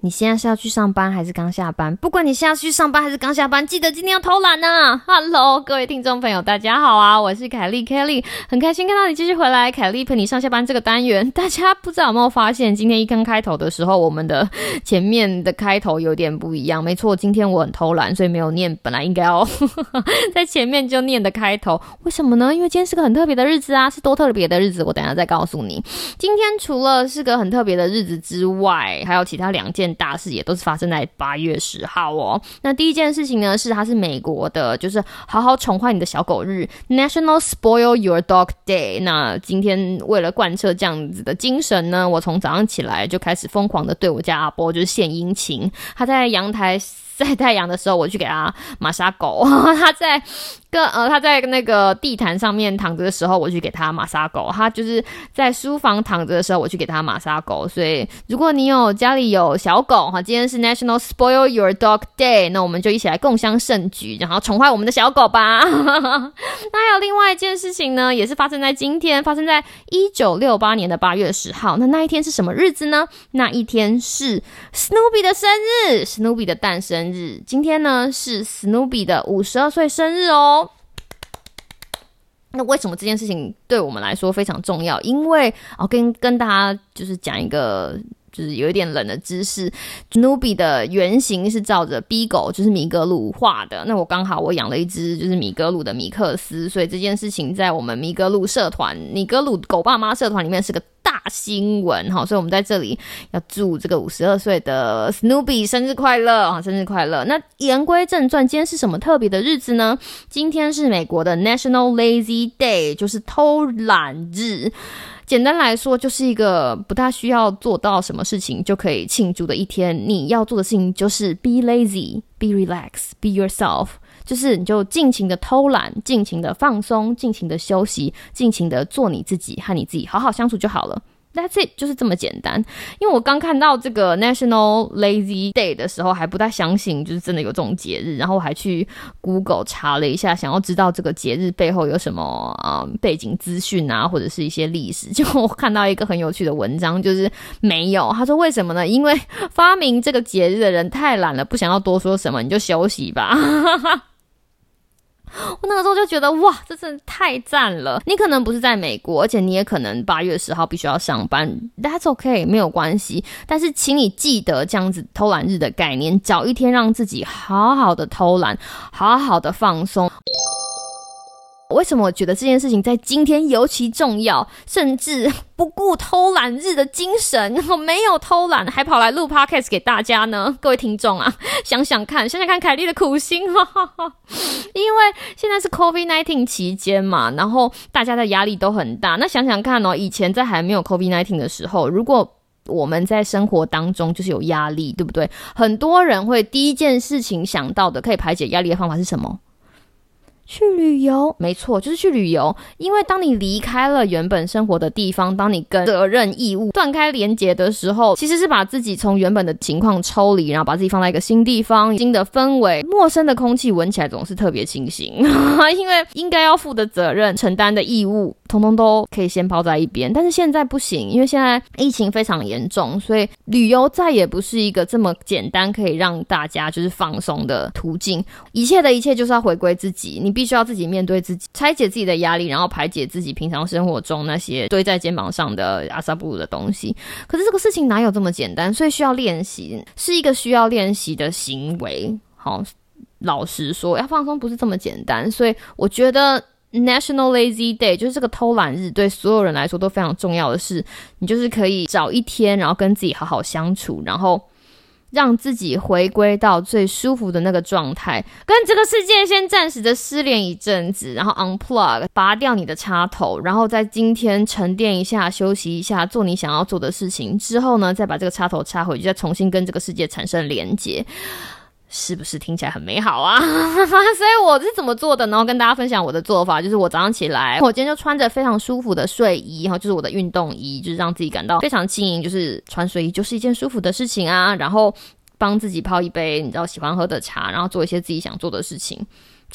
你现在是要去上班还是刚下班？不管你现在是去上班还是刚下班，记得今天要偷懒啊 Hello 各位听众朋友大家好啊，我是凯莉 Kelly， 很开心看到你继续回来凯莉陪你上下班这个单元。大家不知道有没有发现，今天一刚开头的时候，我们的前面的开头有点不一样。没错，今天我很偷懒，所以没有念本来应该要在前面就念的开头。为什么呢？因为今天是个很特别的日子啊，是多特别的日子我等一下再告诉你。今天除了是个很特别的日子之外，还有其他2件大事也都是发生在8月10号哦。那第一件事情呢，是它是美国的，就是好好宠坏你的小狗日 National Spoil Your Dog Day。 那今天为了贯彻这样子的精神呢，我从早上起来就开始疯狂的对我家阿波就是献殷勤。他在阳台晒太阳的时候，我去给他马杀狗他在那个地毯上面躺着的时候，我去给他马杀狗。他就是在书房躺着的时候，我去给他马杀狗。所以如果你家里有小狗，今天是 National Spoil Your Dog Day， 那我们就一起来共襄盛举，然后宠坏我们的小狗吧那还有另外一件事情呢，也是发生在今天，发生在1968年的8月10号。那一天是什么日子呢？那一天是 Snoopy 的生日， Snoopy 的诞生日。今天呢是 Snoopy 的52岁生日哦。那为什么这件事情对我们来说非常重要？因为跟大家就是讲一个就是有一点冷的知识， Snoopy 的原型是照着 Beagle 就是米格鲁画的。那我刚好养了一只就是米格鲁的米克斯，所以这件事情在我们米格鲁社团，米格鲁狗爸妈社团里面是个大新闻。所以我们在这里要祝这个52岁的 Snoopy 生日快乐，生日快乐。那言归正传，今天是什么特别的日子呢？今天是美国的 National Lazy Day， 就是偷懒日。简单来说，就是一个不大需要做到什么事情就可以庆祝的一天。你要做的事情就是 be lazy, be relax, be yourself， 就是你就尽情的偷懒，尽情的放松，尽情的休息，尽情的做你自己，和你自己好好相处就好了。That's it， 就是这么简单。因为我刚看到这个 National Lazy Day 的时候还不太相信就是真的有这种节日，然后我还去 Google 查了一下，想要知道这个节日背后有什么背景资讯啊，或者是一些历史。结果我看到一个很有趣的文章，就是没有。他说为什么呢？因为发明这个节日的人太懒了，不想要多说什么，你就休息吧我那个时候就觉得哇，这真的太赞了。你可能不是在美国，而且你也可能8月10号必须要上班， That's okay， 没有关系。但是请你记得这样子偷懒日的概念，找一天让自己好好的偷懒，好好的放松。为什么我觉得这件事情在今天尤其重要，甚至不顾偷懒日的精神，没有偷懒还跑来录 podcast 给大家呢？各位听众啊，想想看凯莉的苦心因为现在是 COVID-19 期间嘛，然后大家的压力都很大。那想想看以前在还没有 COVID-19 的时候，如果我们在生活当中就是有压力，对不对？很多人会第一件事情想到的可以排解压力的方法是什么？去旅游。没错，就是去旅游。因为当你离开了原本生活的地方，当你跟责任义务断开连结的时候，其实是把自己从原本的情况抽离，然后把自己放在一个新地方，新的氛围，陌生的空气闻起来总是特别清新因为应该要负的责任，承担的义务通通都可以先抛在一边。但是现在不行，因为现在疫情非常严重，所以旅游再也不是一个这么简单可以让大家就是放松的途径。一切的一切就是要回归自己，你必须要自己面对自己，拆解自己的压力，然后排解自己平常生活中那些堆在肩膀上的阿萨布鲁的东西。可是这个事情哪有这么简单？所以需要练习，是一个需要练习的行为。好，老实说，要放松不是这么简单。所以我觉得National Lazy Day 就是这个偷懒日，对所有人来说都非常重要的是，你就是可以找一天，然后跟自己好好相处，然后让自己回归到最舒服的那个状态，跟这个世界先暂时的失联一阵子，然后 unplug 拔掉你的插头，然后在今天沉淀一下，休息一下，做你想要做的事情之后呢，再把这个插头插回去，再重新跟这个世界产生连结。是不是听起来很美好啊所以我是怎么做的呢？跟大家分享我的做法，就是我早上起来，我今天就穿着非常舒服的睡衣，就是我的运动衣，就是让自己感到非常轻盈，就是穿睡衣就是一件舒服的事情啊。然后帮自己泡一杯你知道喜欢喝的茶，然后做一些自己想做的事情。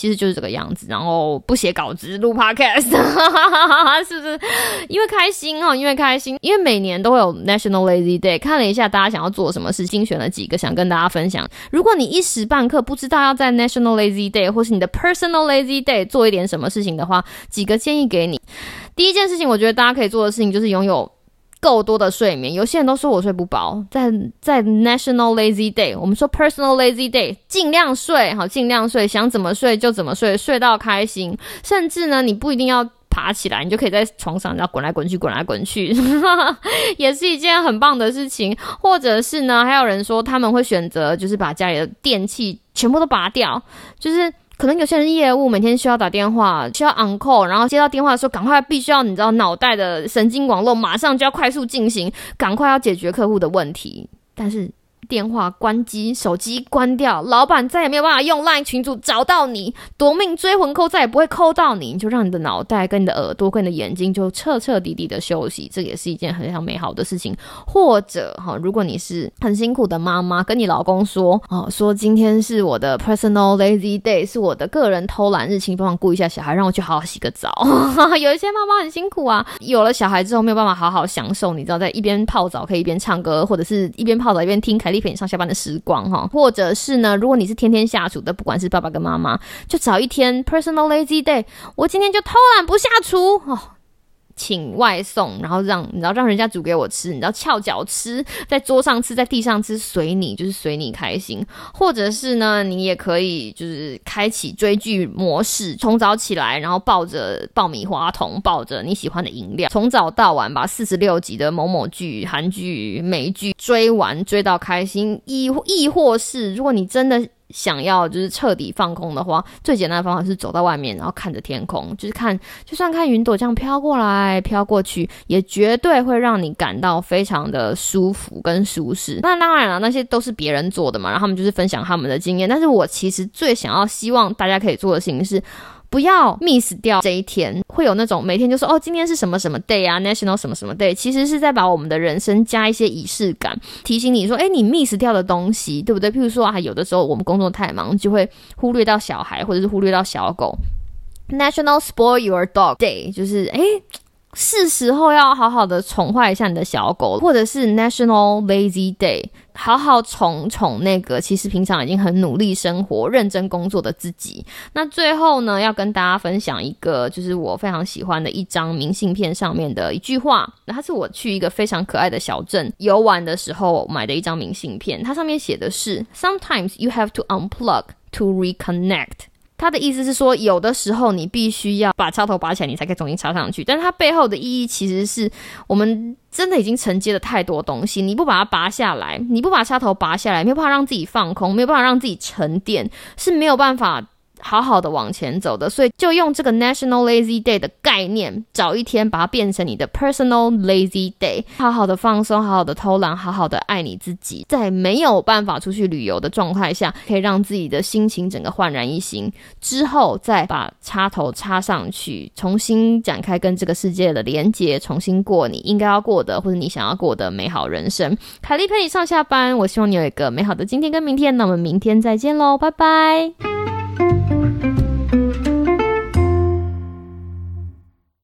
其实就是这个样子，然后不写稿子录 podcast 是不是因为开心哦？因为每年都会有 National Lazy Day， 看了一下大家想要做什么事，精选了几个想跟大家分享。如果你一时半刻不知道要在 National Lazy Day 或是你的 Personal Lazy Day 做一点什么事情的话，几个建议给你。第一件事情，我觉得大家可以做的事情就是拥有够多的睡眠。有些人都说我睡不饱，在 National Lazy Day， 我们说 Personal Lazy Day， 尽量睡，好，尽量睡，想怎么睡就怎么睡，睡到开心。甚至呢，你不一定要爬起来，你就可以在床上然后滚来滚去也是一件很棒的事情。或者是呢，还有人说他们会选择就是把家里的电器全部都拔掉，就是可能有些人业务每天需要打电话，需要 on call， 然后接到电话的时候赶快必须要你知道脑袋的神经网络马上就要快速进行，赶快要解决客户的问题。但是电话关机，手机关掉，老板再也没有办法用 LINE 群组找到你，夺命追魂扣再也不会扣到你，就让你的脑袋跟你的耳朵跟你的眼睛就彻彻底底的休息，这也是一件很美好的事情。或者如果你是很辛苦的妈妈，跟你老公说说今天是我的 personal lazy day， 是我的个人偷懒日，请帮忙顾一下小孩，让我去好好洗个澡有一些妈妈很辛苦啊，有了小孩之后没有办法好好享受，你知道在一边泡澡可以一边唱歌，或者是一边泡澡一边听凯莉陪你上下班的时光或者是呢，如果你是天天下厨的，不管是爸爸跟妈妈，就找一天 personal lazy day， 我今天就偷懒不下厨请外送，然后让人家煮给我吃，你知道翘脚吃，在桌上吃，在地上吃，随你，就是随你开心。或者是呢，你也可以就是开启追剧模式，从早起来，然后抱着爆米花桶，抱着你喜欢的饮料，从早到晚把46集的某某剧、韩剧、美剧追完，追到开心。亦或是如果你真的想要就是彻底放空的话，最简单的方法是走到外面，然后看着天空，就是就算看云朵这样飘过来飘过去，也绝对会让你感到非常的舒服跟舒适。那当然了，那些都是别人做的嘛，然后他们就是分享他们的经验，但是我其实最希望大家可以做的事情是不要 miss 掉这一天。会有那种每天就说今天是什么什么 day 啊 National 什么什么 day， 其实是在把我们的人生加一些仪式感，提醒你说你 miss 掉的东西，对不对？譬如说有的时候我们工作太忙，就会忽略到小孩，或者是忽略到小狗。 National Spoil Your Dog Day 就是是时候要好好的宠坏一下你的小狗。或者是 National Lazy Day， 好好宠那个其实平常已经很努力生活认真工作的自己。那最后呢，要跟大家分享一个就是我非常喜欢的一张明信片上面的一句话，那它是我去一个非常可爱的小镇游玩的时候买的一张明信片，它上面写的是 Sometimes you have to unplug to reconnect。他的意思是说，有的时候你必须要把插头拔起来，你才可以重新插上去。但是它背后的意义其实是，我们真的已经承接了太多东西，你不把它拔下来，你不把插头拔下来，没有办法让自己放空，没有办法让自己沉淀，是没有办法好好的往前走的。所以就用这个 National Lazy Day 的概念，找一天把它变成你的 Personal Lazy Day， 好好的放松，好好的偷懒，好好的爱你自己。在没有办法出去旅游的状态下，可以让自己的心情整个焕然一新，之后再把插头插上去，重新展开跟这个世界的连结，重新过你应该要过的或者你想要过的美好人生。凯莉陪你上下班，我希望你有一个美好的今天跟明天，那我们明天再见咯，拜拜。